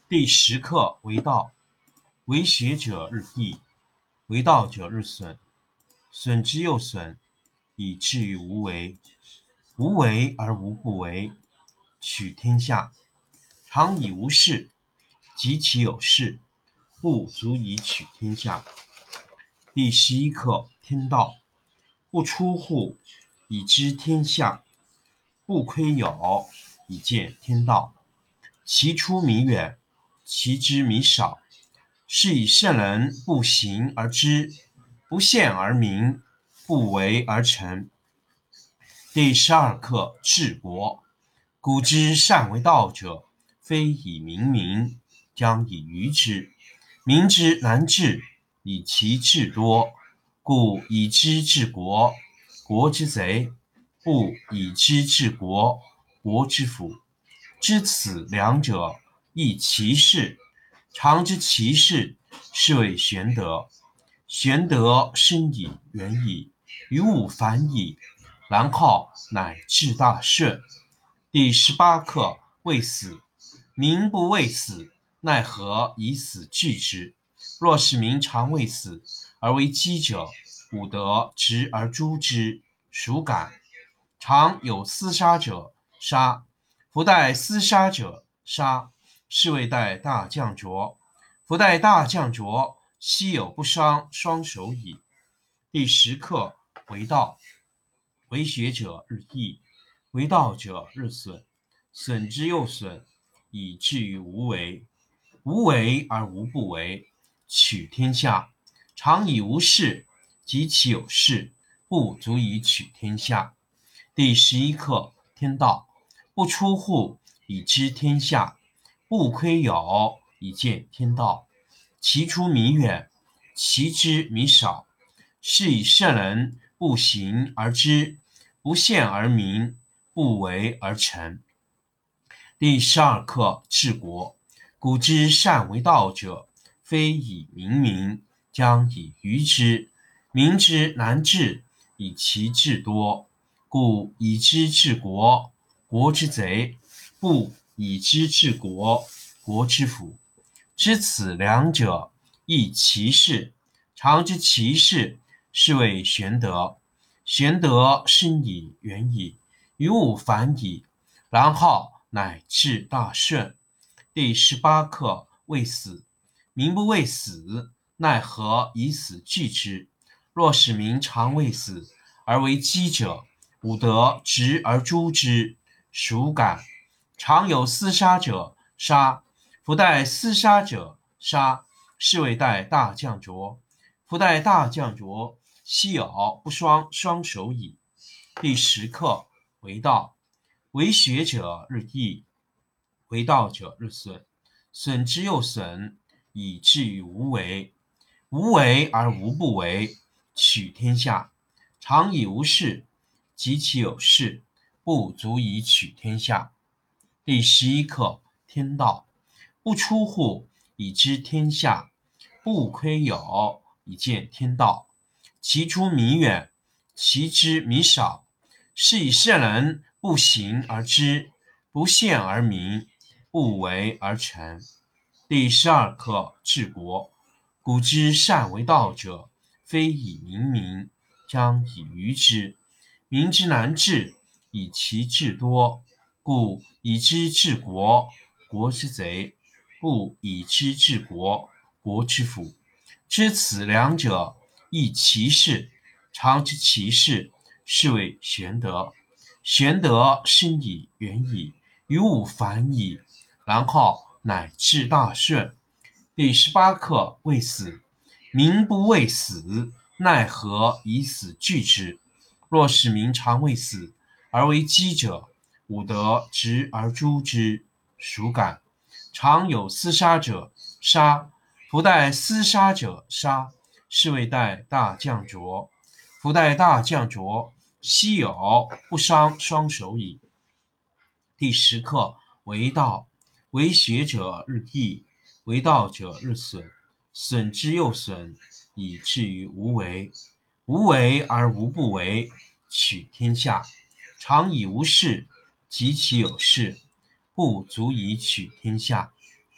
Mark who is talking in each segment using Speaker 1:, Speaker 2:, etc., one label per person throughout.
Speaker 1: 第10课为道，为学者日益，为道者日损，损之又损，以至于无为。无为而无不为，取天下常以无事，及其有事，不足以取天下。第11课天道，不出户，以知天下；不窥牖，以见天道。其出弥远，其知弥少。是以圣人不行而知，不见而明，不为而成。第12课治国。古之善为道者，非以明民，将以愚之。民之难治，以其智多。故以知治国，国之贼；不以知治国，国之福。知此两者，亦其事。常知其事，是谓玄德。玄德深矣，远矣，于物反矣，然后乃至大顺。第18课未死。民不畏死，奈何以死惧之？若是民常畏死，而为饥者，吾得执而诛之，孰敢？常有厮杀者，杀；夫代厮杀者，杀。是谓代大将浊。夫代大将浊，奚有不伤双手矣。第10课为道，为学者日益，为道者日损，损之又损，以至于无为。无为而无不为，取天下常以无事，及其有事，不足以取天下。第11课天道，不出户，以知天下；不窥牖，以见天道。其出弥远，其知弥少。是以圣人不行而知，不见而明，不为而成。第12课治国。古之善为道者，非以明民，将以愚之。民之难治，以其智多。故以知治国，国之贼；不以知治国，国之福。知此两者，亦其事。常知其事，是谓玄德。玄德深矣，远矣，于物反矣，然后乃至大顺。第18课未死。民不畏死，奈何以死惧之？若是民常畏死，而为饥者，吾得执而诛之，孰敢？常有厮杀者，杀；夫代厮杀者，杀。是谓代大将浊。夫代大将浊，奚有不伤双手矣。第10课为道，为学者日益，为道者日损，损之又损，以至于无为。无为而无不为，取天下常以无事，及其有事，不足以取天下。第11课天道，不出户，以知天下；不窥牖，以见天道。其出弥远，其知弥少。是以圣人不行而知，不见而明，不为而成。第12课治国。古之善为道者，非以明民，将以愚之。民之难治，以其智多。故以知治国，国之贼；不以知治国，国之福。知此两者，亦其事。常知其事，是谓玄德。玄德深矣，远矣，于物反矣，然后乃至大顺。第18课未死。民不畏死，奈何以死惧之？若是民常畏死，而为饥者，吾得执而诛之，孰敢？常有厮杀者，杀；夫代厮杀者，杀。是谓代大将浊。夫代大将浊，奚有不伤双手矣。第10课为道，为学者日益，为道者日损，损之又损，以至于无为。无为而无不为，取天下常以无事，及其有事，不足以取天下。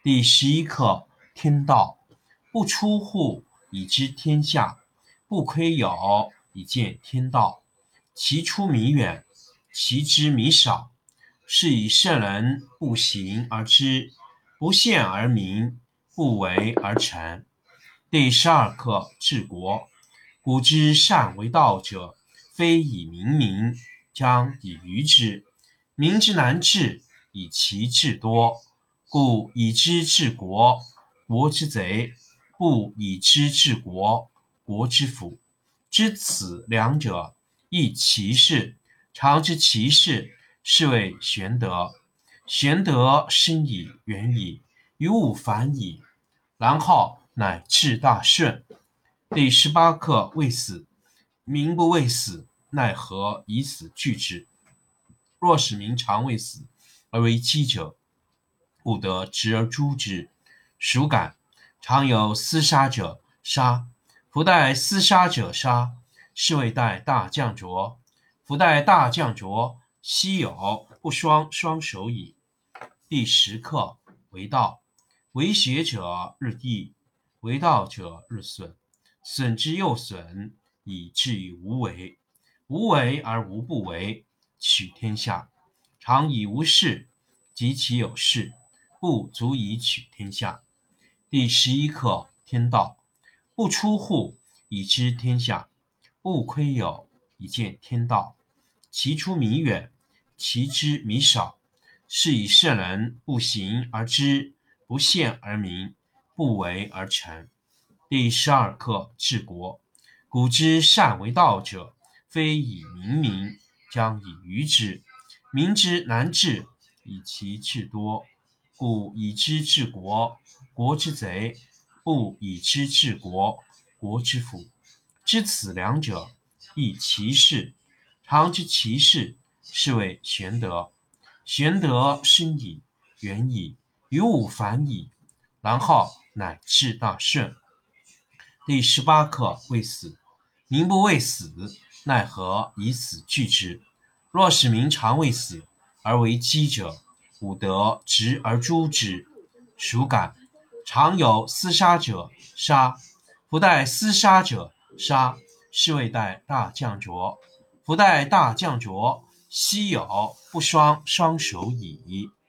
Speaker 1: 第11课天道，不出户，以知天下；不窥牖，以见天道。其出弥远，其知弥少。是以圣人不行而知，不见而明，不为而成。第12课治国。古之善为道者，非以明民，将以愚之。民之难治，以其智多。故以知治国，国之贼；不以知治国，国之福。知此两者，亦其事。常知其事，是谓玄德。玄德深矣，远矣，于物反矣，然后乃至大顺。第18课未死。民不畏死，奈何以死惧之？若使民常畏死，而为饥者，吾得执而诛之。孰敢？常有厮杀者，杀。夫待厮杀者杀，是谓待大将浊。夫待大将浊，奚有不双手矣。第10课为道。为学者日益，为道者日损。损之又损，以至于无为。无为而无不为，取天下。常以无事，及其有事，不足以取天下。第11课天道。不出户，以知天下；不窥牖，以见天道。其出弥远，其知弥少。是以圣人不行而知，不见而明，不为而成。第12课治国。古之善为道者，非以明民，将以愚之。民之难治，以其智多。故以知治国，国之贼；不以知治国，国之福。知此两者，亦其事。常知其事，是谓玄德。玄德深矣，远矣，于物反矣，然后乃至大顺。第18课未死。民不畏死，奈何以死惧之？若使民常畏死，而为饥者，吾得执而诛之。孰敢？常有厮杀者，杀。夫待厮杀者，杀，是谓待大将浊。夫待大将浊，奚有不双手矣。